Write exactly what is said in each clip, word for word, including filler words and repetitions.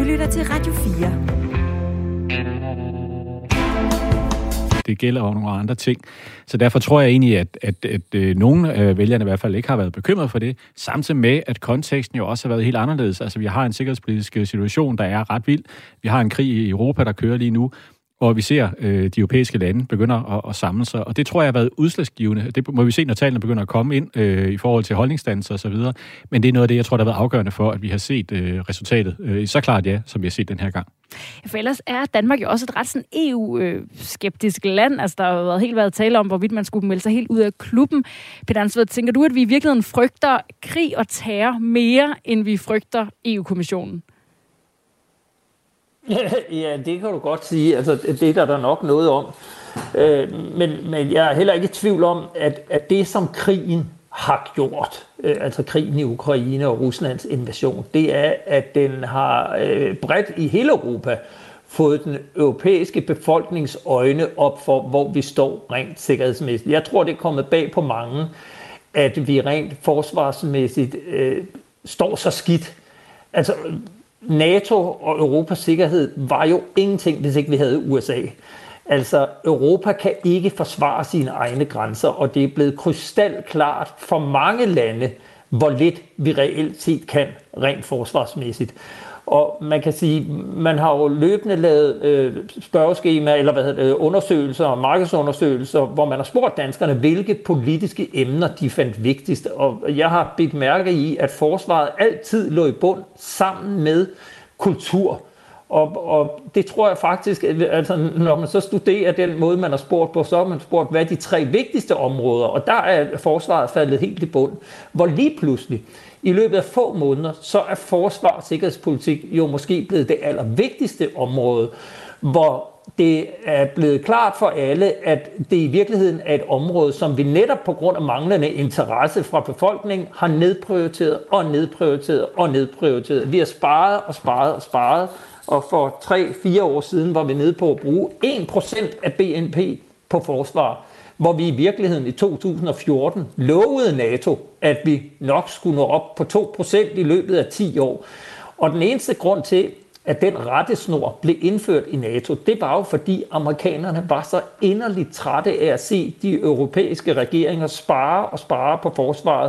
Du lytter til Radio fire. Det gælder også nogle andre ting. Så derfor tror jeg egentlig, at, at, at, at nogle af vælgerne i hvert fald ikke har været bekymret for det, samtidig med, at konteksten jo også har været helt anderledes. Altså, vi har en sikkerhedspolitisk situation, der er ret vild. Vi har en krig i Europa, der kører lige nu, og vi ser øh, de europæiske lande begynder at, at samle sig. Og det tror jeg har været udslagsgivende. Det må vi se, når tallene begynder at komme ind øh, i forhold til holdningsdannelser og så videre. Men det er noget af det, jeg tror, der har været afgørende for, at vi har set øh, resultatet. Øh, så klart ja, som vi har set den her gang. For ellers er Danmark jo også et ret sådan E U-skeptisk land. Altså, der har jo været helt været tale om, hvorvidt man skulle melde sig helt ud af klubben. Peter Ansved, tænker du, at vi i virkeligheden frygter krig og terror mere, end vi frygter E U-kommissionen? Ja, det kan du godt sige. Altså, det er der, der nok noget om. Øh, men, men jeg er heller ikke i tvivl om, at, at det, som krigen har gjort, øh, altså krigen i Ukraine og Ruslands invasion, det er, at den har øh, bredt i hele Europa fået den europæiske befolknings øjne op for, hvor vi står rent sikkerhedsmæssigt. Jeg tror, det er kommet bag på mange, at vi rent forsvarsmæssigt øh, står så skidt. Altså, NATO og Europas sikkerhed var jo ingenting, hvis ikke vi havde U S A. Altså, Europa kan ikke forsvare sine egne grænser, og det er blevet krystalklart for mange lande, hvor lidt vi reelt set kan rent forsvarsmæssigt. Og man kan sige, man har jo løbende lavet øh, spørgeskemaer, eller hvad hedder det, undersøgelser og markedsundersøgelser, hvor man har spurgt danskerne, hvilke politiske emner de fandt vigtigst. Og jeg har bidt mærke i, at forsvaret altid lå i bund sammen med kultur. Og, og det tror jeg faktisk, altså når man så studerer den måde, man har spurgt på, så har man spurgt, hvad er de tre vigtigste områder, og der er forsvaret faldet helt i bund. Hvor lige pludselig, i løbet af få måneder, så er forsvar og sikkerhedspolitik jo måske blevet det allervigtigste område, hvor det er blevet klart for alle, at det i virkeligheden er et område, som vi netop på grund af manglende interesse fra befolkningen har nedprioriteret og nedprioriteret og nedprioriteret. Vi har sparet og sparet og sparet, og for tre-fire år siden var vi nede på at bruge en procent af B N P på forsvar, hvor vi i virkeligheden i to tusind og fjorten lovede NATO, at vi nok skulle nå op på to procent i løbet af ti år. Og den eneste grund til, at den rettesnor blev indført i NATO, det var jo fordi amerikanerne var så inderligt trætte af at se de europæiske regeringer spare og spare på forsvaret.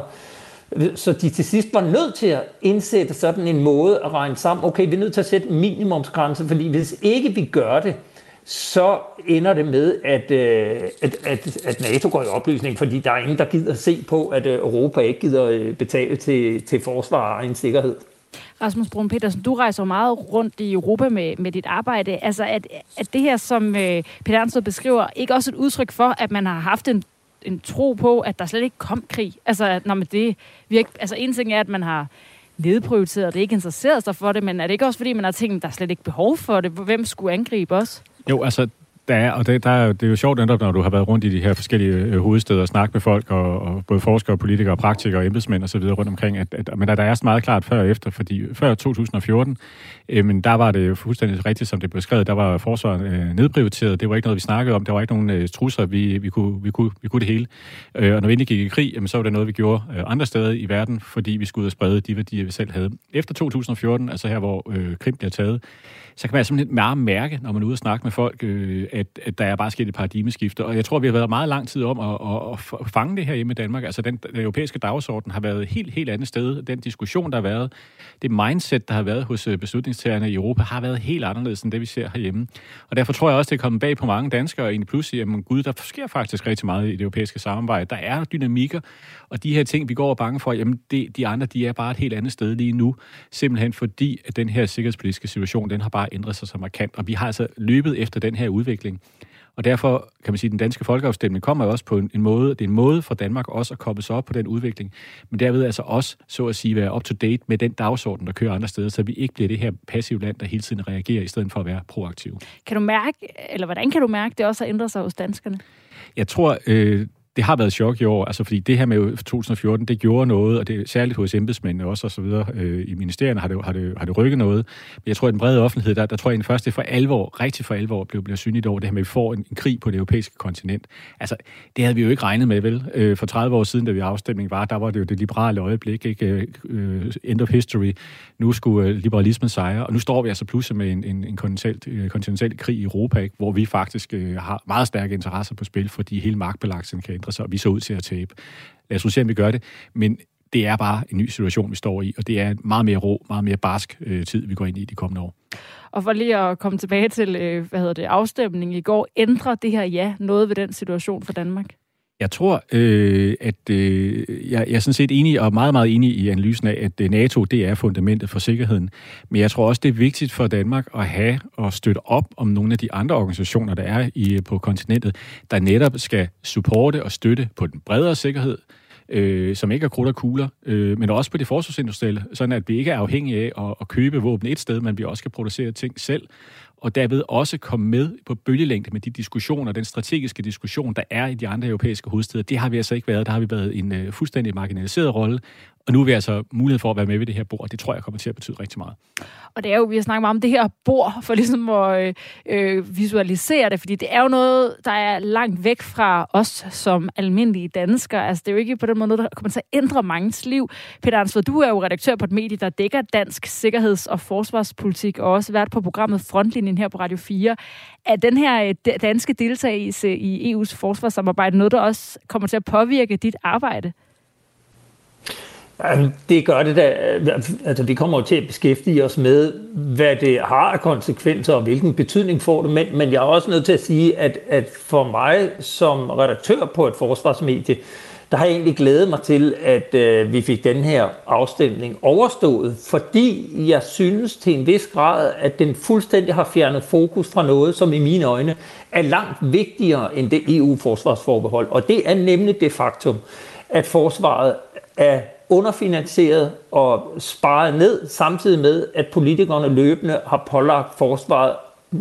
Så de til sidst var nødt til at indsætte sådan en måde at regne sammen. Okay, vi er nødt til at sætte en minimumsgrænse, fordi hvis ikke vi gør det, så ender det med, at, at, at, at NATO går i opløsning, fordi der er ingen, der gider at se på, at Europa ikke gider betale til, til forsvar og egen sikkerhed. Rasmus Bruun Petersen, du rejser meget rundt i Europa med, med dit arbejde. Altså, at, at det her, som øh, Peter Ansved beskriver, ikke også et udtryk for, at man har haft en, en tro på, at der slet ikke kom krig? Altså, når man det virker, altså en ting er, at man har nedprioriteret, og det ikke interesseret sig for det, men er det ikke også, fordi man har tænkt, at der er slet ikke behov for det? Hvem skulle angribe os? Jo, altså, der er, og det, der er, det er jo sjovt, når du har været rundt i de her forskellige øh, hovedsteder og snakket med folk, og, og både forskere, politikere, praktikere og embedsmænd og så videre rundt omkring, at, at, men der, der er så meget klart før og efter, fordi før to tusind og fjorten, øh, men der var det jo fuldstændig rigtigt, som det blev skrevet, der var forsvaret øh, nedprioriteret, det var ikke noget, vi snakkede om, der var ikke nogen øh, trusler, vi, vi, kunne, vi, kunne, vi kunne det hele. Øh, og når vi endelig gik i krig, jamen, så var det noget, vi gjorde øh, andre steder i verden, fordi vi skulle ud og sprede de værdier, vi selv havde. Efter to tusind og fjorten, altså her, hvor øh, Krim bliver taget, så kan man simpelthen meget mærke, når man er ude og snakke med folk, øh, at, at der er bare sket et paradigmeskifte. Og jeg tror, vi har været meget lang tid om at, at, at fange det her hjemme i Danmark. Altså, den, den europæiske dagsorden har været et helt, helt andet sted. Den diskussion, der har været, det mindset, der har været hos beslutningstagerne i Europa, har været helt anderledes end det, vi ser herhjemme. Og derfor tror jeg også, det er kommet bag på mange danskere, og egentlig pludselig, at gud, der sker faktisk rigtig meget i det europæiske samarbejde. Der er dynamikker, og de her ting, vi går og bange for, jamen, det, de andre, de er bare et helt andet sted lige nu. Simpelthen fordi, at den her sikkerhedspolitiske situation, den har bare ændret sig så markant, og vi har altså løbet efter den her udvikling. Og derfor kan man sige, at den danske folkeafstemning kommer jo også på en, en måde, det er en måde for Danmark også at koble sig op på den udvikling, men derved altså også, så at sige, være up to date med den dagsorden, der kører andre steder, så vi ikke bliver det her passive land, der hele tiden reagerer, i stedet for at være proaktiv. Kan du mærke, eller hvordan kan du mærke, det også har ændret sig hos danskerne? Jeg tror, øh, det har været et chok i år, altså fordi det her med to tusind og fjorten, det gjorde noget, og det er særligt hos embedsmændene også og så videre. Øh, I ministerierne har det, har, det, har det rykket noget. Men jeg tror, at den brede offentlighed, der, der tror jeg egentlig først, det for alvor, rigtig for alvor, blev, blev synligt over det her med, at vi får en, en krig på det europæiske kontinent. Altså, det havde vi jo ikke regnet med, vel? Øh, for tredive år siden, da vi afstemning var, der var det jo det liberale øjeblik, ikke? Øh, end of history. Nu skulle øh, liberalismen sejre, og nu står vi altså pludselig med en, en, en kontinental, kontinental krig i Europa, ikke? Hvor vi faktisk øh, har meget stærke interesser på spil, fordi hele magtbelagsen kan ændre sig, og vi så ud til at tabe. Lad os nu se, om vi gør det. Men det er bare en ny situation, vi står i, og det er en meget mere rå, meget mere barsk øh, tid, vi går ind i de kommende år. Og for lige at komme tilbage til, øh, hvad hedder det, afstemningen i går, ændrer det her ja noget ved den situation for Danmark? Jeg tror, øh, at øh, jeg, jeg er sådan set enig og meget, meget enig i analysen af, at NATO, det er fundamentet for sikkerheden. Men jeg tror også, det er vigtigt for Danmark at have og støtte op om nogle af de andre organisationer, der er i, på kontinentet, der netop skal supporte og støtte på den bredere sikkerhed, øh, som ikke er krudt og kugler, øh, men også på det forsvarsindustrielle, sådan at vi ikke er afhængige af at, at købe våben et sted, men vi også kan producere ting selv, og derved også komme med på bølgelængde med de diskussioner, den strategiske diskussion, der er i de andre europæiske hovedstæder. Det har vi altså ikke været. Der har vi været en uh, fuldstændig marginaliseret rolle, og nu er vi altså mulighed for at være med ved det her bord, og det tror jeg kommer til at betyde rigtig meget. Og det er jo, vi har snakket meget om det her bord, for ligesom at øh, visualisere det, fordi det er jo noget, der er langt væk fra os som almindelige danskere. Altså det er jo ikke på den måde noget, der kommer til at ændre manges liv. Peter Arnsvad, du er jo redaktør på et medie, der dækker dansk sikkerheds- og forsvarspolitik, og også været på programmet Frontlinjen her på Radio fire. Er den her danske deltagelse i E U's forsvarssamarbejde noget, der også kommer til at påvirke dit arbejde? Ja, det gør det da. Altså, vi kommer jo til at beskæftige os med, hvad det har af konsekvenser, og hvilken betydning får det. Men, men jeg er også nødt til at sige, at, at for mig som redaktør på et forsvarsmedie, der har jeg egentlig glædet mig til, at øh, vi fik den her afstemning overstået, fordi jeg synes til en vis grad, at den fuldstændig har fjernet fokus fra noget, som i mine øjne er langt vigtigere end det E U-forsvarsforbehold. Og det er nemlig det faktum, at forsvaret er underfinansieret og sparet ned, samtidig med, at politikerne løbende har pålagt forsvaret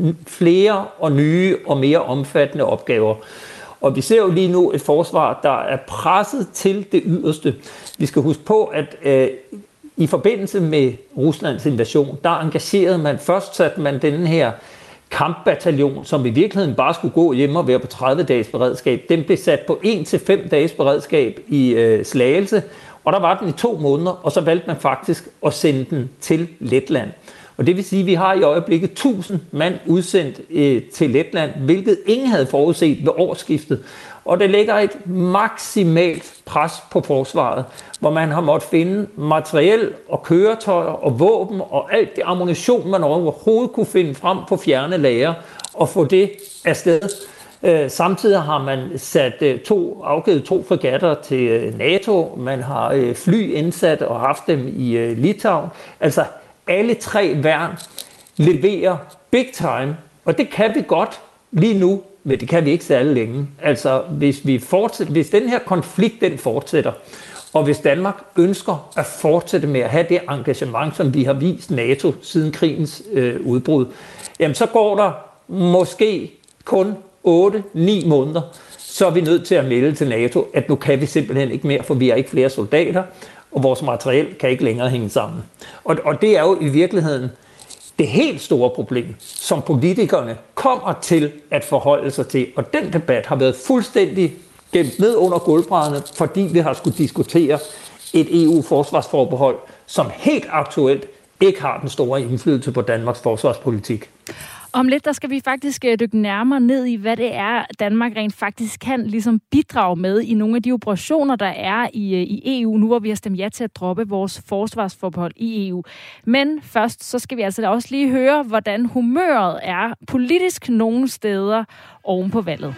flere og nye og mere omfattende opgaver. Og vi ser jo lige nu et forsvar, der er presset til det yderste. Vi skal huske på, at øh, i forbindelse med Ruslands invasion, der engagerede man, først satte man den her kampbataljon, som i virkeligheden bare skulle gå hjem og være på tredive dages beredskab. Den blev sat på en til fem dages beredskab i øh, Slagelse, og der var den i to måneder, og så valgte man faktisk at sende den til Letland. Og det vil sige, at vi har i øjeblikket tusind mand udsendt øh, til Letland, hvilket ingen havde forudset ved årsskiftet. Og det lægger et maksimalt pres på forsvaret, hvor man har måttet finde materiel og køretøjer og våben og alt det ammunition, man overhovedet kunne finde frem på fjerne lagre og få det afsted. Øh, samtidig har man sat øh, to, afgivet to fregatter til øh, NATO. Man har øh, fly indsat og haft dem i øh, Litauen. Altså alle tre værn leverer big time, og det kan vi godt lige nu, men det kan vi ikke særlig længe. Altså hvis, vi fortsætter, hvis den her konflikt den fortsætter, og hvis Danmark ønsker at fortsætte med at have det engagement, som vi har vist NATO siden krigens øh, udbrud, jamen så går der måske kun otte ni måneder, så er vi nødt til at melde til NATO, at nu kan vi simpelthen ikke mere, for vi har ikke flere soldater, og vores materiel kan ikke længere hænge sammen. Og, og det er jo i virkeligheden det helt store problem, som politikerne kommer til at forholde sig til. Og den debat har været fuldstændig gemt ned under gulvbrædderne, fordi vi har skulle diskutere et E U-forsvarsforbehold, som helt aktuelt ikke har den store indflydelse på Danmarks forsvarspolitik. Om lidt, der skal vi faktisk dykke nærmere ned i, hvad det er, Danmark rent faktisk kan ligesom bidrage med i nogle af de operationer, der er i, i E U, nu hvor vi har stemt ja til at droppe vores forsvarsforbehold i E U. Men først, så skal vi altså også lige høre, hvordan humøret er politisk nogle steder oven på valget.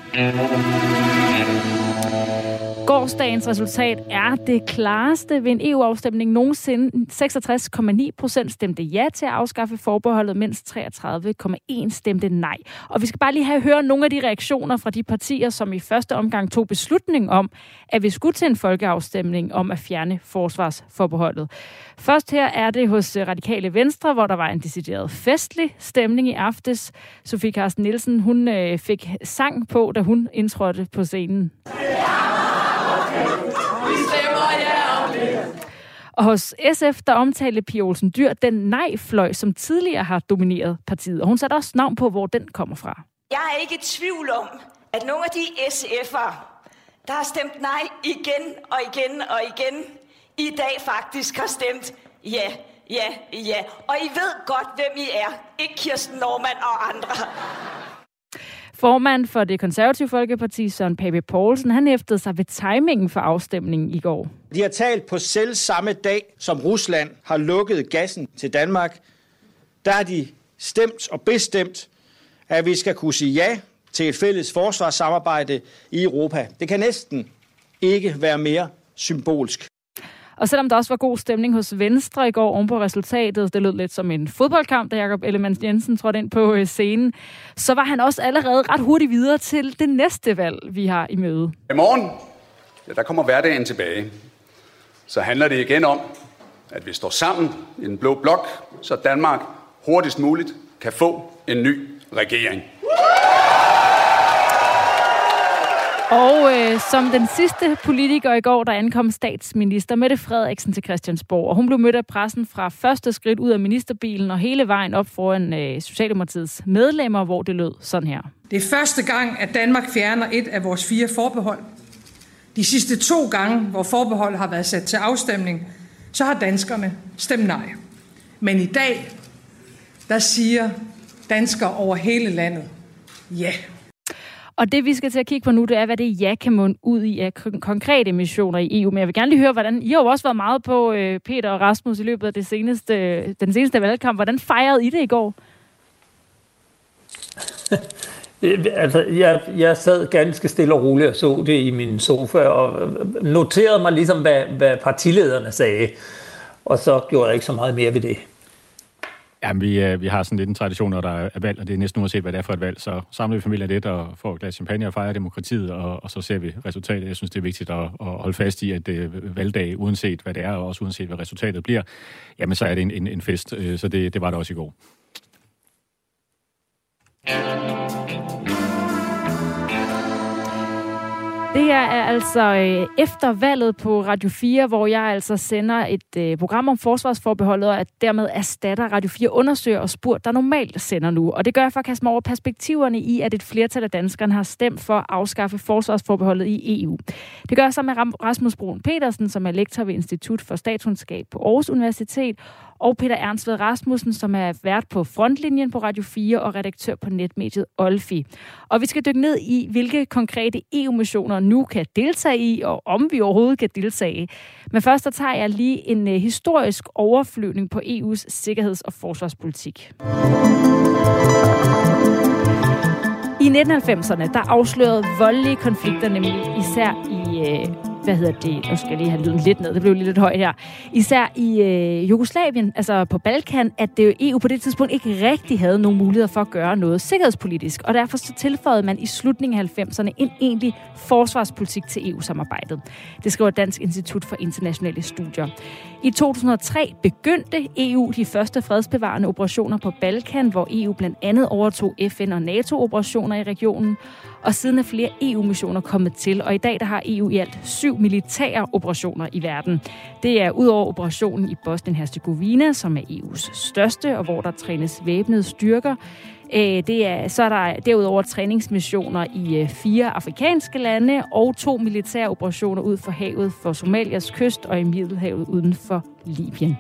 Gårsdagens resultat er det klareste ved en E U-afstemning nogensinde. seksogtres komma ni procent stemte ja til at afskaffe forbeholdet, mens treogtredive komma en stemte nej. Og vi skal bare lige have høre nogle af de reaktioner fra de partier, som i første omgang tog beslutning om, at vi skulle til en folkeafstemning om at fjerne forsvarsforbeholdet. Først her er det hos Radikale Venstre, hvor der var en decideret festlig stemning i aftes. Sofie Carsten Nielsen, hun øh, fik sang på, da hun indtrådte på scenen. Vi stemmer ja om lidt. Og hos S F, der omtalte Pia Olsen Dyhr den nej-fløj, som tidligere har domineret partiet. Og hun satte også navn på, hvor den kommer fra. Jeg er ikke i tvivl om, at nogle af de S F'ere, der har stemt nej igen og igen og igen, i dag faktisk har stemt ja, ja, ja. Og I ved godt, hvem I er. Ikke Kirsten Normann og andre. Formand for det konservative Folkeparti, Søren Pape Poulsen, han hæftede sig ved timingen for afstemningen i går. De har talt på selv samme dag, som Rusland har lukket gassen til Danmark. Der har de stemt og bestemt, at vi skal kunne sige ja til et fælles forsvarssamarbejde i Europa. Det kan næsten ikke være mere symbolsk. Og selvom der også var god stemning hos Venstre i går oven på resultatet, det lød lidt som en fodboldkamp, da Jakob Ellemann-Jensen trådte ind på scenen, så var han også allerede ret hurtigt videre til det næste valg, vi har i møde. I morgen, ja, der kommer hverdagen tilbage. Så handler det igen om, at vi står sammen i den blå blok, så Danmark hurtigst muligt kan få en ny regering. Og øh, som den sidste politiker i går, der ankom statsminister Mette Frederiksen til Christiansborg. Og hun blev mødt af pressen fra første skridt ud af ministerbilen og hele vejen op foran øh, Socialdemokratiets medlemmer, hvor det lød sådan her. Det er første gang, at Danmark fjerner et af vores fire forbehold. De sidste to gange, hvor forbehold har været sat til afstemning, så har danskerne stemt nej. Men i dag, der siger danskere over hele landet ja. Og det, vi skal til at kigge på nu, det er, hvad det ja kan munde ud i af konkrete missioner i E U. Men jeg vil gerne lige høre, hvordan I har jo også været meget på øh, Peter og Rasmus i løbet af det seneste, den seneste valgkamp. Hvordan fejrede I det i går? altså, jeg, jeg sad ganske stille og roligt og så det i min sofa og noterede mig ligesom, hvad, hvad partilederne sagde. Og så gjorde jeg ikke så meget mere ved det. Jamen, vi, vi har sådan lidt en tradition, når der er valg, og det er næsten uanset, hvad det er for et valg. Så samler vi familien lidt og får et glas champagne og fejrer demokratiet, og, og så ser vi resultatet. Jeg synes, det er vigtigt at, at holde fast i, at det valgdag, uanset hvad det er, og også uanset hvad resultatet bliver, jamen så er det en, en, en fest. Så det, det var det også i går. Det her er altså øh, efter valget på Radio fire, hvor jeg altså sender et øh, program om forsvarsforbeholdet, og at dermed erstatter Radio fire undersøger og spurgt, der normalt sender nu. Og det gør jeg for at kaste mig over perspektiverne i, at et flertal af danskerne har stemt for at afskaffe forsvarsforbeholdet i E U. Det gør jeg så med Rasmus Bruun Petersen, som er lektor ved Institut for Statskundskab på Aarhus Universitet, og Peter Ernst Ved Rasmussen, som er vært på Frontlinjen på Radio fire og redaktør på netmediet Olfi. Og vi skal dykke ned i, hvilke konkrete E U-missioner nu kan deltage i, og om vi overhovedet kan deltage. Men først så tager jeg lige en uh, historisk overflyvning på E U's sikkerheds- og forsvarspolitik. I nitten halvfemserne, der afslørede voldelige konflikter, nemlig især i... Uh, hvad hedder det? Nu skal jeg lige have lyden lidt ned. Det blev lige lidt højt her. Især i øh, Jugoslavien, altså på Balkan, at det E U på det tidspunkt ikke rigtig havde nogen muligheder for at gøre noget sikkerhedspolitisk. Og derfor så tilføjede man i slutningen af halvfemserne en egentlig forsvarspolitik til E U-samarbejdet. Det skriver Dansk Institut for Internationale Studier. I to tusind og tre begyndte E U de første fredsbevarende operationer på Balkan, hvor E U blandt andet overtog F N- og NATO-operationer i regionen. Og siden er flere E U-missioner kommet til, og i dag der har E U i alt syv militære operationer i verden. Det er udover operationen i Bosnien-Herzegovina, som er E U's største, og hvor der trænes væbnede styrker. Det er, så er der derudover træningsmissioner i fire afrikanske lande, og to militære operationer ud for havet for Somalias kyst og i Middelhavet uden for Libyen.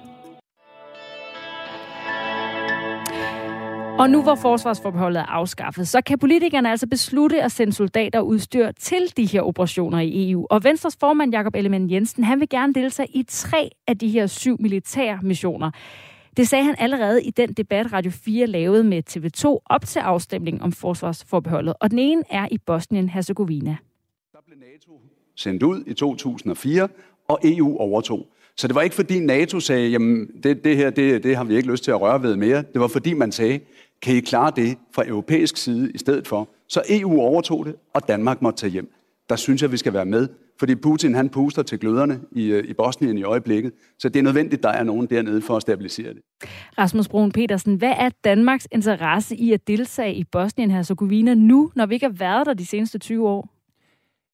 Og nu hvor forsvarsforbeholdet er afskaffet, så kan politikerne altså beslutte at sende soldater og udstyr til de her operationer i E U. Og Venstres formand Jakob Ellemann-Jensen, han vil gerne deltage i tre af de her syv militære missioner. Det sagde han allerede i den debat, Radio fire lavede med T V to op til afstemningen om forsvarsforbeholdet. Og den ene er i Bosnien-Herzegovina. Der blev NATO sendt ud i to tusind og fire, og E U overtog. Så det var ikke fordi NATO sagde, jamen det, det her, det, det har vi ikke lyst til at røre ved mere. Det var fordi man sagde, kan I klare det fra europæisk side i stedet for? Så E U overtog det, og Danmark måtte tage hjem. Der synes jeg, vi skal være med. Fordi Putin, han puster til gløderne i, i Bosnien i øjeblikket. Så det er nødvendigt, der er nogen dernede for at stabilisere det. Rasmus Bruun Petersen, hvad er Danmarks interesse i at deltage i Bosnien-Herzegovina nu, når vi ikke har været der de seneste tyve år?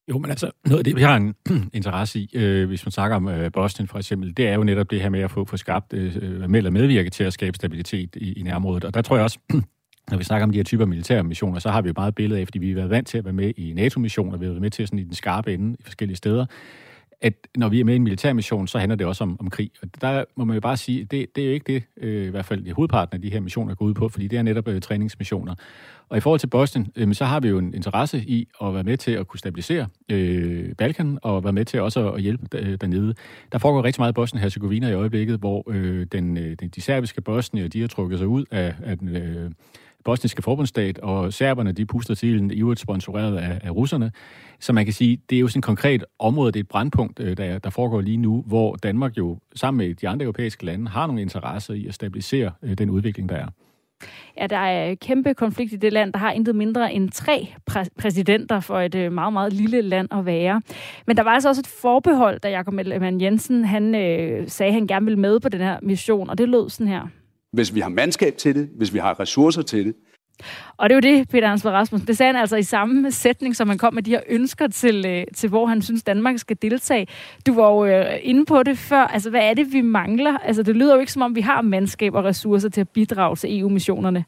Jo, men altså, noget af det, vi har en interesse i, øh, hvis man snakker om øh, Bosnien for eksempel, det er jo netop det her med at få, få skabt, øh, med eller medvirke til at skabe stabilitet i, i nærområdet. Og der tror jeg også, når vi snakker om de her typer militære missioner, så har vi jo meget billede af, fordi vi har været vant til at være med i NATO-missioner, vi har været med til sådan i den skarpe ende i forskellige steder, at når vi er med i en militærmission, så handler det også om, om krig. Og der må man jo bare sige, det, det er jo ikke det, øh, i hvert fald i hovedparten af de her missioner går ud på, fordi det er netop øh, træningsmissioner. Og i forhold til Bosnien, øh, så har vi jo en interesse i at være med til at kunne stabilisere øh, Balkan, og være med til også at hjælpe øh, dernede. Der foregår rigtig meget i Bosnien-Herzegovina i øjeblikket, hvor øh, den, øh, de serbiske bosnier, de har trukket sig ud af, af den øh, bosniske forbundsstat, og serberne, de puster til ilden, ivrigt sponsoreret af, af russerne. Så man kan sige, det er jo sådan et konkret område, det er et brandpunkt, der, der foregår lige nu, hvor Danmark jo sammen med de andre europæiske lande har nogle interesser i at stabilisere den udvikling, der er. Ja, der er kæmpe konflikt i det land, der har intet mindre end tre præ- præsidenter for et meget, meget lille land at være. Men der var altså også et forbehold, da Jakob Ellemann-Jensen, han øh, sagde, at han gerne ville med på den her mission, og det lød sådan her. Hvis vi har mandskab til det, hvis vi har ressourcer til det. Og det er jo det, Peter Ansgar Rasmussen. Det sagde han altså i samme sætning, som han kom med de her ønsker til, øh, til hvor han synes, Danmark skal deltage. Du var jo øh, inde på det før. Altså, hvad er det, vi mangler? Altså, det lyder jo ikke, som om vi har mandskab og ressourcer til at bidrage til E U-missionerne.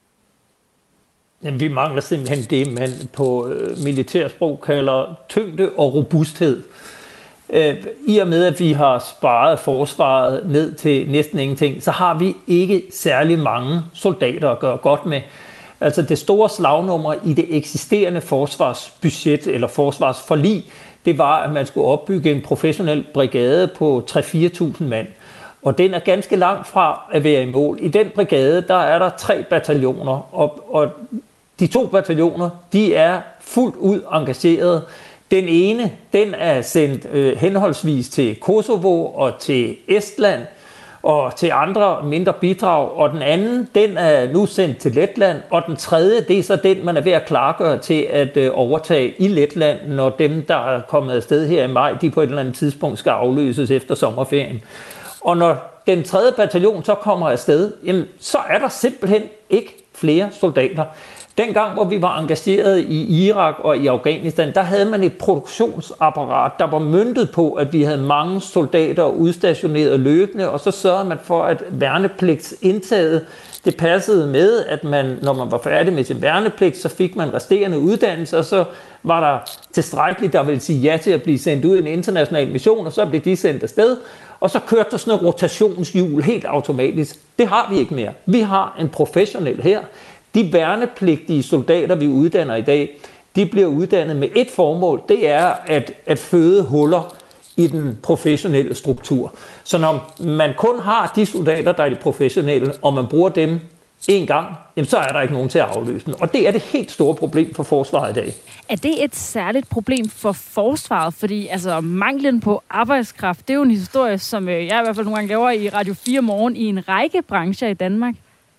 Jamen, vi mangler simpelthen det, man på øh, militærsprog kalder tyngde og robusthed. Øh, I og med, at vi har sparet forsvaret ned til næsten ingenting, så har vi ikke særlig mange soldater at gøre godt med. Altså det store slagnummer i det eksisterende forsvarsbudget eller forsvarsforlig, det var, at man skulle opbygge en professionel brigade på tre til fire tusind mand. Og den er ganske langt fra at være i mål. I den brigade, der er der tre bataljoner, og, og de to bataljoner, de er fuldt ud engageret. Den ene, den er sendt øh, henholdsvis til Kosovo og til Estland og til andre mindre bidrag, og den anden, den er nu sendt til Letland, og den tredje, det er så den, man er ved at klargøre til at øh, overtage i Letland, når dem, der er kommet afsted her i maj, de på et eller andet tidspunkt skal afløses efter sommerferien. Og når den tredje bataljon så kommer afsted, jamen, så er der simpelthen ikke flere soldater. Dengang, hvor vi var engageret i Irak og i Afghanistan, der havde man et produktionsapparat, der var møntet på, at vi havde mange soldater udstationeret løbende, og så sørgede man for, at værnepligtsindtaget, det passede med, at man, når man var færdig med sin værnepligt, så fik man resterende uddannelse, og så var der tilstrækkeligt, der ville sige ja til at blive sendt ud i en international mission, og så blev de sendt afsted, og så kørte der sådan et rotationshjul helt automatisk. Det har vi ikke mere. Vi har en professionel her. De værnepligtige soldater, vi uddanner i dag, de bliver uddannet med et formål, det er at, at føde huller i den professionelle struktur. Så når man kun har de soldater, der er de professionelle, og man bruger dem en gang, jamen så er der ikke nogen til at afløse dem. Og det er det helt store problem for forsvaret i dag. Er det et særligt problem for forsvaret? Fordi altså, manglen på arbejdskraft, det er jo en historie, som jeg i hvert fald nogle gange laver i Radio fire Morgen i en række brancher i Danmark.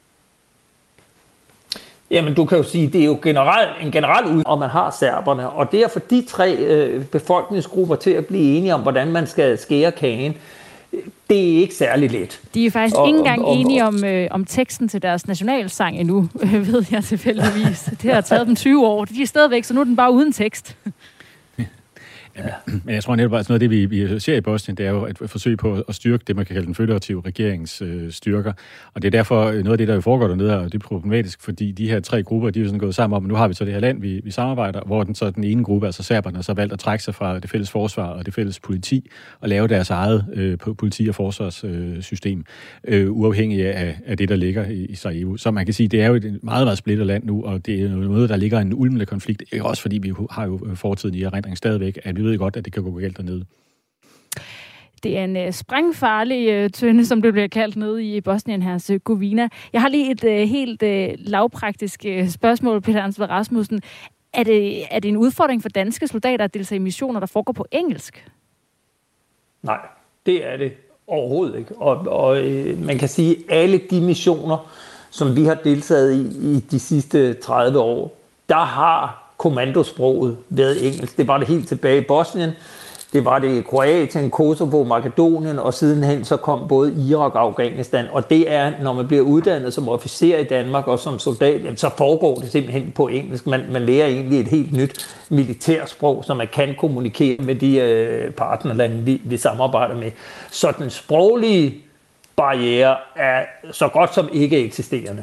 Jamen, du kan jo sige, det er jo generelt, en generel ud, og man har serberne. Og det er for de tre øh, befolkningsgrupper til at blive enige om, hvordan man skal skære kagen. Det er ikke særlig let. De er faktisk og, ikke engang og, og, enige om, øh, om teksten til deres nationalsang endnu, ved jeg tilfældigvis. Det har taget dem tyve år. De er stadigvæk, så nu er den bare uden tekst. Ja. Men jeg tror netop, at noget af det, vi, vi ser i Bosnien, det er jo et forsøg på at styrke det, man kan kalde den føderative regerings øh, styrker. Og det er derfor noget af det, der foregår dernede, og det er problematisk, fordi de her tre grupper, de er jo sådan gået sammen om, og nu har vi så det her land, vi, vi samarbejder, hvor den, så den ene gruppe, altså serberne, så valgt at trække sig fra det fælles forsvar og det fælles politi, og lave deres eget øh, politi- og forsvarssystem, øh, uafhængig af, af det, der ligger i, i Sarajevo. Så man kan sige, det er jo et meget, meget splittet land nu, og det er noget, der ligger en ulmende konflikt, også fordi vi har jo fortiden i erindring stadigvæk, at vi ved godt, at det kan gå galt dernede. Det er en uh, sprængfarlig uh, tønde, som det bliver kaldt nede i Bosnien-Herzegovina. Jeg har lige et uh, helt uh, lavpraktisk uh, spørgsmål, Peter Ansgar Rasmussen. Er det, er det en udfordring for danske soldater at deltage i missioner, der foregår på engelsk? Nej, det er det overhovedet ikke. Og, og øh, man kan sige, at alle de missioner, som vi har deltaget i i de sidste tredive år, der har kommandosproget været engelsk. Det var det helt tilbage i Bosnien. Det var det i Kroatien, Kosovo, Makedonien, og sidenhen så kom både Irak og Afghanistan. Og det er, når man bliver uddannet som officer i Danmark og som soldat, så foregår det simpelthen på engelsk. Man, man lærer egentlig et helt nyt militærsprog, så man kan kommunikere med de øh, partnerlande, vi, vi samarbejder med. Så den sproglige barriere er så godt som ikke eksisterende.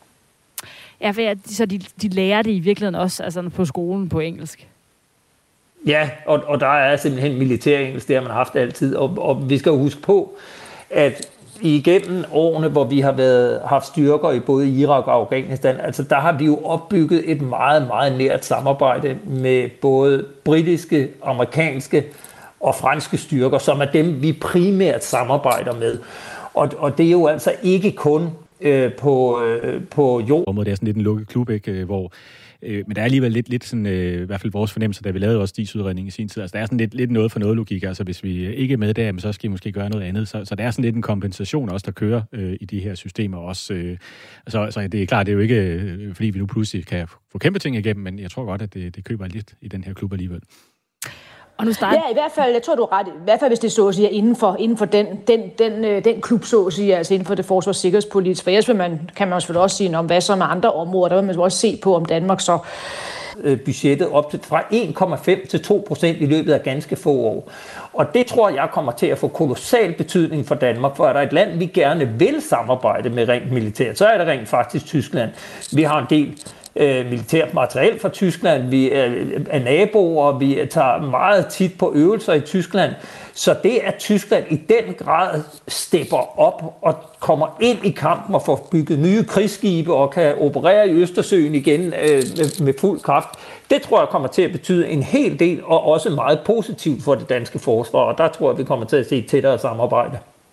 Ja, for ja, så de, de lærer det i virkeligheden også altså på skolen på engelsk? Ja, og, og der er simpelthen militærengelsk, det har man haft altid. Og, og vi skal jo huske på, at igennem årene, hvor vi har været, haft styrker i både Irak og Afghanistan, altså der har vi jo opbygget et meget, meget nært samarbejde med både britiske, amerikanske og franske styrker, som er dem, vi primært samarbejder med. Og, og det er jo altså ikke kun øh, på, øh, på jord. Det er sådan lidt en lukket klub, ikke? Hvor øh, men der er alligevel lidt, lidt sådan, øh, i hvert fald vores fornemmelse, da vi lavede også D I S-udredning i sin tid. Altså der er sådan lidt, lidt noget for noget logik. Altså hvis vi ikke er med der, så skal vi måske gøre noget andet. Så, så der er sådan lidt en kompensation også, der kører øh, i de her systemer også. Øh, så, så det er klart, det er jo ikke, øh, fordi vi nu pludselig kan få kæmpe ting igennem, men jeg tror godt, at det, det køber lidt i den her klub alligevel. Og nu starter... Ja, i hvert fald, jeg tror, du er ret. I hvert fald, hvis det så at sige, inden for, inden for den, den, den, den klub, så at sige, altså inden for det forsvars- og sikkerhedspolitiske. For ellers vil man, kan man selvfølgelig også sige, om hvad så med andre områder, der vil man også se på, om Danmark så... budgettet op til fra en komma fem til to procent i løbet af ganske få år. Og det tror jeg kommer til at få kolossal betydning for Danmark, for er der et land, vi gerne vil samarbejde med rent militært, så er det rent faktisk Tyskland. Vi har en del øh, militært materiel fra Tyskland, vi er, er naboer, vi tager meget tit på øvelser i Tyskland, så det at Tyskland i den grad stepper op og kommer ind i kampen og får bygget nye krigsskibe og kan operere i Østersøen igen øh, med, med fuld kraft, det tror jeg kommer til at betyde en hel del og også meget positivt for det danske forsvar, og der tror jeg, vi kommer til at se et tættere samarbejde.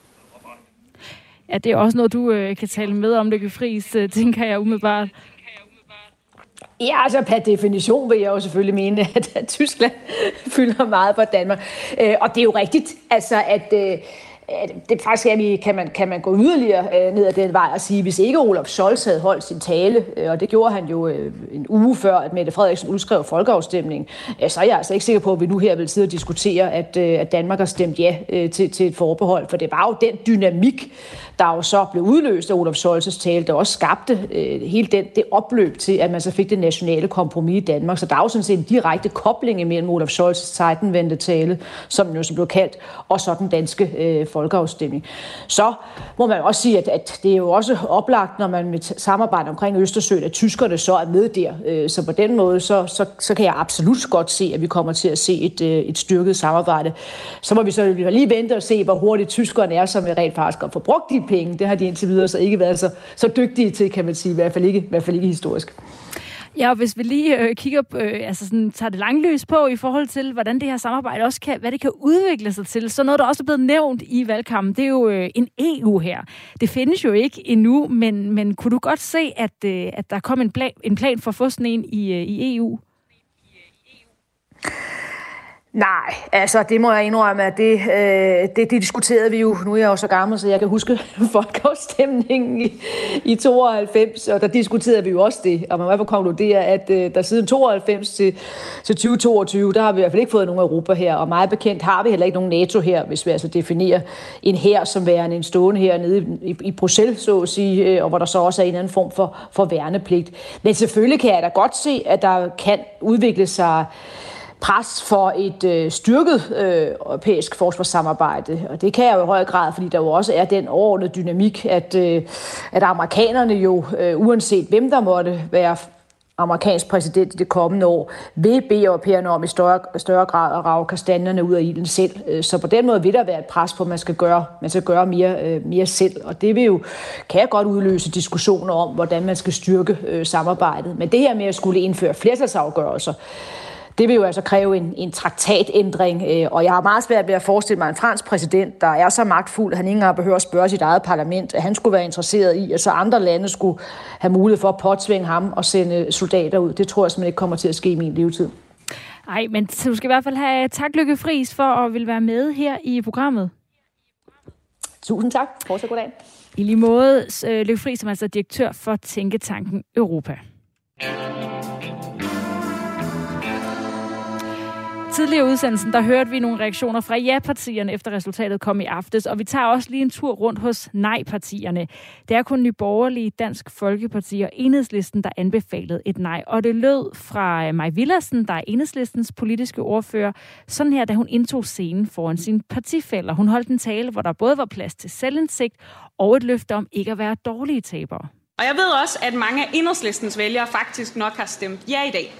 Ja, det er også noget, du øh, kan tale med om, Lykke Friis, øh, tænker jeg umiddelbart. Ja, altså per definition vil jeg jo selvfølgelig mene, at, at Tyskland fylder meget for Danmark. Øh, og det er jo rigtigt, altså at, øh, at det faktisk er, kan man, kan man gå yderligere øh, ned ad den vej og sige, hvis ikke Olaf Scholz havde holdt sin tale, øh, og det gjorde han jo øh, en uge før, at Mette Frederiksen udskrev folkeafstemningen, øh, så er jeg altså ikke sikker på, at vi nu her vil sidde og diskutere, at, øh, at Danmark har stemt ja øh, til, til et forbehold, for det var jo den dynamik, der jo så blev udløst af Olaf Scholz's tale, der også skabte øh, hele den, det opløb til, at man så fik det nationale kompromis i Danmark. Så der er jo sådan set en direkte kobling imellem Olaf Scholz's Zeitenwende tale, som jo så blev kaldt, og så den danske øh, folkeafstemning. Så må man også sige, at, at det er jo også oplagt, når man samarbejder omkring Østersøen, at tyskerne så er med der. Øh, så på den måde, så, så, så kan jeg absolut godt se, at vi kommer til at se et, øh, et styrket samarbejde. Så må vi så lige vente og se, hvor hurtigt tyskerne er, som vi rent faktisk har forbrugt de penge. Det har de indtil videre så ikke været så, så dygtige til, kan man sige, i hvert fald ikke, i hvert fald ikke historisk. Ja, og hvis vi lige øh, kigger på, øh, altså sådan, tager det langløs på i forhold til, hvordan det her samarbejde også kan, hvad det kan udvikle sig til. Så noget, der også er blevet nævnt i valgkampen, det er jo øh, en E U her. Det findes jo ikke endnu, men, men kunne du godt se, at, øh, at der kom en plan, en plan for at få sådan en i, øh, i E U? Nej, altså det må jeg indrømme, at det, øh, det, det diskuterede vi jo, nu er jeg jo så gammel, så jeg kan huske folkeafstemningen i, i tooghalvfems, og der diskuterede vi jo også det, og man må i hvert fald konkludere, at øh, der siden tooghalvfems til, til tyve toogtyve, der har vi i hvert fald ikke fået nogen Europa her, og meget bekendt har vi heller ikke nogen NATO her, hvis vi altså definerer en hær som værende en stående her nede i, i Bruxelles, så at sige, øh, og hvor der så også er en anden form for, for værnepligt. Men selvfølgelig kan jeg da godt se, at der kan udvikle sig pres for et øh, styrket øh, europæisk forsvarssamarbejde. Og det kan jeg jo i høj grad, fordi der jo også er den overordnede dynamik, at, øh, at amerikanerne jo, øh, uanset hvem der måtte være amerikansk præsident i det kommende år, vil bede europæerne om i større, større grad at rage kastanjerne ud af ilden selv. Så på den måde vil der være et pres på, at man skal gøre, man skal gøre mere, øh, mere selv. Og det vil jo, kan jeg godt udløse diskussioner om, hvordan man skal styrke øh, samarbejdet. Men det her med at skulle indføre flertalsafgørelser, det vil jo altså kræve en, en traktatændring, øh, og jeg har meget svært ved at forestille mig en fransk præsident, der er så magtfuld, at han ikke engang behøver at spørge sit eget parlament, at han skulle være interesseret i, at så andre lande skulle have mulighed for at påtvinge ham og sende soldater ud. Det tror jeg simpelthen ikke kommer til at ske i min levetid. Nej, men du skal i hvert fald have tak, Lykke Friis, for at ville være med her i programmet. Tusind tak. Fortsæt goddag. I lige måde, Lykke Friis, som er altså direktør for Tænketanken tidligere i udsendelsen, der hørte vi nogle reaktioner fra ja-partierne efter resultatet kom i aftes, og vi tager også lige en tur rundt hos nej-partierne. Det er kun Nye Borgerlige, Dansk Folkeparti og Enhedslisten, der anbefalede et nej. Og det lød fra Mai Villadsen, der er Enhedslistens politiske ordfører, sådan her, da hun indtog scenen foran sine partifæller. Hun holdt en tale, hvor der både var plads til selvindsigt og et løfte om ikke at være dårlige tabere. Og jeg ved også, at mange af Enhedslistens vælgere faktisk nok har stemt ja i dag.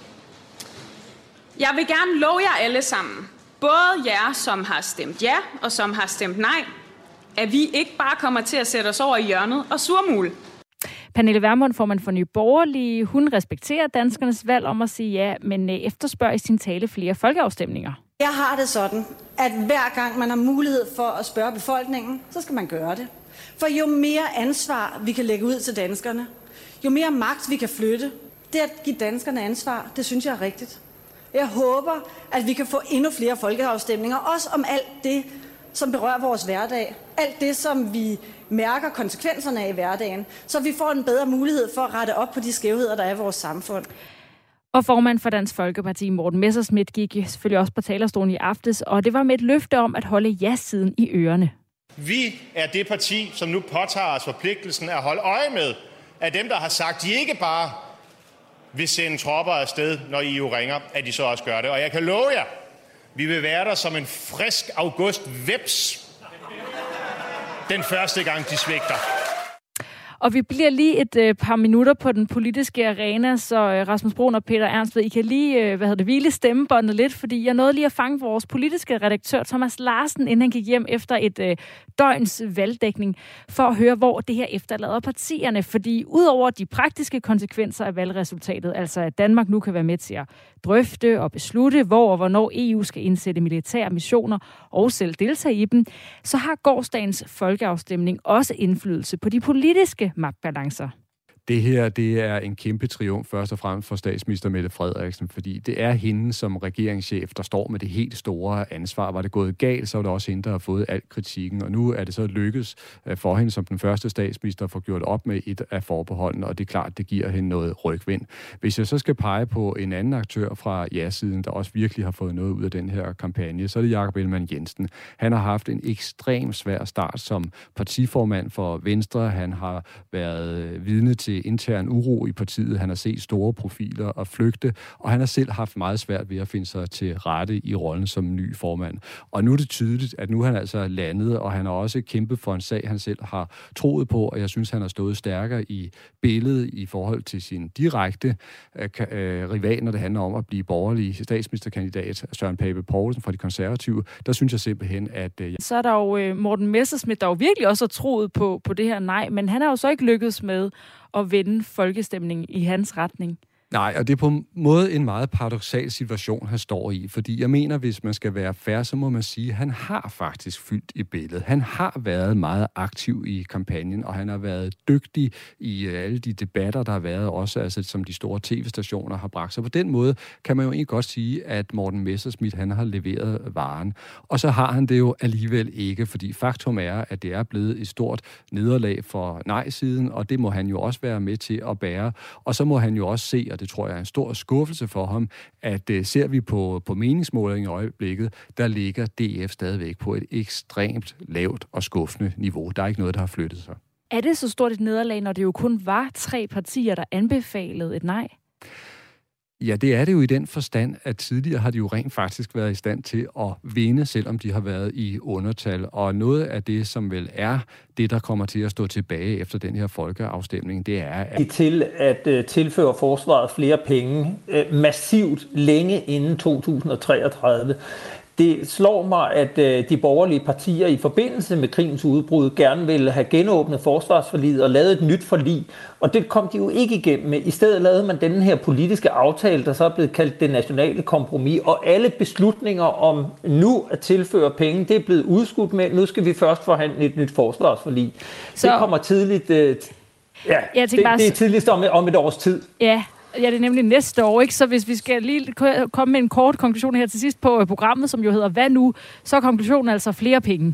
Jeg vil gerne love jer alle sammen, både jer, som har stemt ja og som har stemt nej, at vi ikke bare kommer til at sætte os over i hjørnet og surmule. Pernille Vermund, formand for Nye Borgerlige, hun respekterer danskernes valg om at sige ja, men efterspørger i sin tale flere folkeafstemninger. Jeg har det sådan, at hver gang man har mulighed for at spørge befolkningen, så skal man gøre det. For jo mere ansvar vi kan lægge ud til danskerne, jo mere magt vi kan flytte, det at give danskerne ansvar, det synes jeg er rigtigt. Jeg håber, at vi kan få endnu flere folkeafstemninger, også om alt det, som berører vores hverdag. Alt det, som vi mærker konsekvenserne af i hverdagen, så vi får en bedre mulighed for at rette op på de skævheder, der er i vores samfund. Og formand for Dansk Folkeparti, Morten Messerschmidt, gik selvfølgelig også på talerstolen i aftes, og det var med et løfte om at holde ja-siden i ørerne. Vi er det parti, som nu påtager os forpligtelsen at holde øje med, at dem, der har sagt, de ikke bare vil sende tropper afsted, når E U ringer, at de så også gør det. Og jeg kan love jer, vi vil være der som en frisk august-veps den første gang, de svigter. Og vi bliver lige et øh, par minutter på den politiske arena, så øh, Rasmus Bruun og Peter Ernst, I kan lige øh, hvad hedder det, hvile stemmebåndet lidt, fordi jeg nåede lige at fange vores politiske redaktør Thomas Larsen, inden han gik hjem efter et øh, døgns valgdækning, for at høre, hvor det her efterlader partierne. Fordi udover de praktiske konsekvenser af valgresultatet, altså at Danmark nu kan være med til at drøfte og beslutte, hvor og hvornår E U skal indsætte militære missioner og selv deltage i dem, så har gårsdagens folkeafstemning også indflydelse på de politiske magtbalancer. Det her, det er en kæmpe triumf først og fremmest for statsminister Mette Frederiksen, fordi det er hende som regeringschef, der står med det helt store ansvar. Var det gået galt, så var det også hende, der har fået al kritikken, og nu er det så lykkes for hende som den første statsminister at få gjort op med et af forbeholdene, og det er klart, det giver hende noget rygvind. Hvis jeg så skal pege på en anden aktør fra ja-siden, der også virkelig har fået noget ud af den her kampagne, så er det Jakob Ellemann-Jensen. Han har haft en ekstremt svær start som partiformand for Venstre. Han har været vidne til intern uro i partiet. Han har set store profiler og flygte, og han har selv haft meget svært ved at finde sig til rette i rollen som ny formand. Og nu er det tydeligt, at nu er han altså landet, og han har også kæmpet for en sag, han selv har troet på, og jeg synes, han har stået stærkere i billedet i forhold til sin direkte øh, rival, når det handler om at blive borgerlig statsministerkandidat Søren Pape Poulsen fra De Konservative. Der synes jeg simpelthen, at... Øh, så er der jo øh, Morten Messerschmidt, der jo virkelig også har troet på, på det her nej, men han har jo så ikke lykkedes med at vende folkestemningen i hans retning. Nej, og det er på en måde en meget paradoksal situation, han står i. Fordi jeg mener, hvis man skal være fair, så må man sige, at han har faktisk fyldt i billedet. Han har været meget aktiv i kampagnen, og han har været dygtig i alle de debatter, der har været, også altså, som de store tv-stationer har bragt. Så på den måde kan man jo egentlig godt sige, at Morten Messerschmidt, han har leveret varen. Og så har han det jo alligevel ikke, fordi faktum er, at det er blevet et stort nederlag for nej-siden, og det må han jo også være med til at bære. Og så må han jo også se, og det tror jeg er en stor skuffelse for ham, at uh, ser vi på, på meningsmålingen i øjeblikket, der ligger D F stadigvæk på et ekstremt lavt og skuffende niveau. Der er ikke noget, der har flyttet sig. Er det så stort et nederlag, når det jo kun var tre partier, der anbefalede et nej? Ja, det er det jo i den forstand, at tidligere har de jo rent faktisk været i stand til at vinde, selvom de har været i undertal. Og noget af det, som vel er det, der kommer til at stå tilbage efter den her folkeafstemning, det er... At... til at uh, tilføre forsvaret flere penge uh, massivt længe inden to tusind og treogtredive. Det slår mig, at øh, de borgerlige partier i forbindelse med krigens udbrud gerne ville have genåbnet forsvarsforliget og lavet et nyt forlig, og det kom de jo ikke igennem med. I stedet lavede man den her politiske aftale, der så er blevet kaldt det nationale kompromis, og alle beslutninger om nu at tilføre penge, det er blevet udskudt med, nu skal vi først forhandle et nyt forsvarsforlig. Så... Det kommer tidligt, øh, ja, det, bare... det er tidligst om, om et års tid. Ja. Ja, det er nemlig næste år, ikke? Så hvis vi skal lige komme med en kort konklusion her til sidst på programmet, som jo hedder Hvad nu? Så er konklusionen altså flere penge.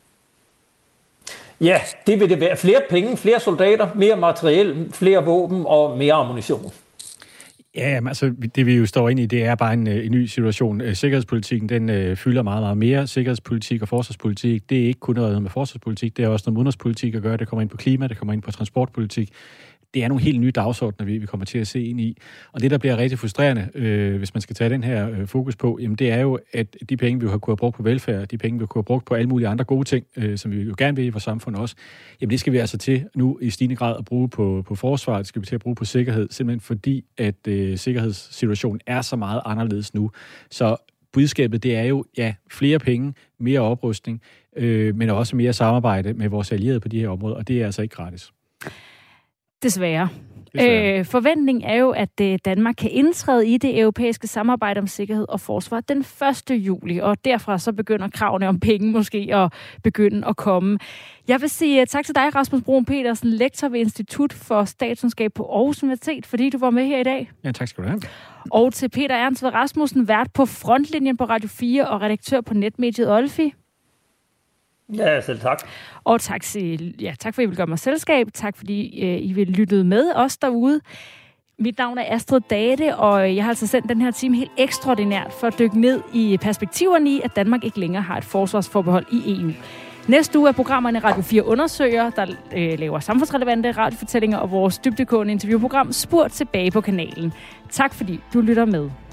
Ja, det vil det være. Flere penge, flere soldater, mere materiel, flere våben og mere ammunition. Ja, altså det vi jo står ind i, det er bare en, en ny situation. Sikkerhedspolitikken, den øh, fylder meget, meget mere. Sikkerhedspolitik og forsvarspolitik, det er ikke kun noget med forsvarspolitik, det er også noget med udenrigspolitik at gøre. Det kommer ind på klima, det kommer ind på transportpolitik. Det er nogle helt nye dagsordner, vi, vi kommer til at se ind i. Og det, der bliver rigtig frustrerende, øh, hvis man skal tage den her øh, fokus på, jamen det er jo, at de penge, vi har kunnet have brugt på velfærd, de penge, vi har kunnet have brugt på alle mulige andre gode ting, øh, som vi jo gerne vil i vores samfund også, jamen det skal vi altså til nu i stigende grad at bruge på, på forsvar, det skal vi til at bruge på sikkerhed, simpelthen fordi, at øh, sikkerhedssituationen er så meget anderledes nu. Så budskabet, det er jo, ja, flere penge, mere oprustning, øh, men også mere samarbejde med vores allierede på de her områder, og det er altså ikke gratis. Desværre. Desværre. Øh, forventningen er jo, at øh, Danmark kan indtræde i det europæiske samarbejde om sikkerhed og forsvar den første juli, og derfra så begynder kravene om penge måske at begynde at komme. Jeg vil sige tak til dig, Rasmus Broen Petersen, lektor ved Institut for Statskundskab på Aarhus Universitet, fordi du var med her i dag. Ja, tak skal du have. Og til Peter Ernst ved Rasmussen, vært på Frontlinjen på Radio fire og redaktør på netmediet Olfi. Ja, selv tak. Og tak, ja, tak for, at I vil gøre mig selskab. Tak, fordi øh, I vil lytte med os derude. Mit navn er Astrid Date, og jeg har altså sendt den her time helt ekstraordinært for at dykke ned i perspektiverne i, at Danmark ikke længere har et forsvarsforbehold i E U. Næste uge er programmerne Radio fire undersøger, der øh, laver samfundsrelevante radiofortællinger, og vores dybdegående interviewprogram Spurgt tilbage på kanalen. Tak fordi du lytter med.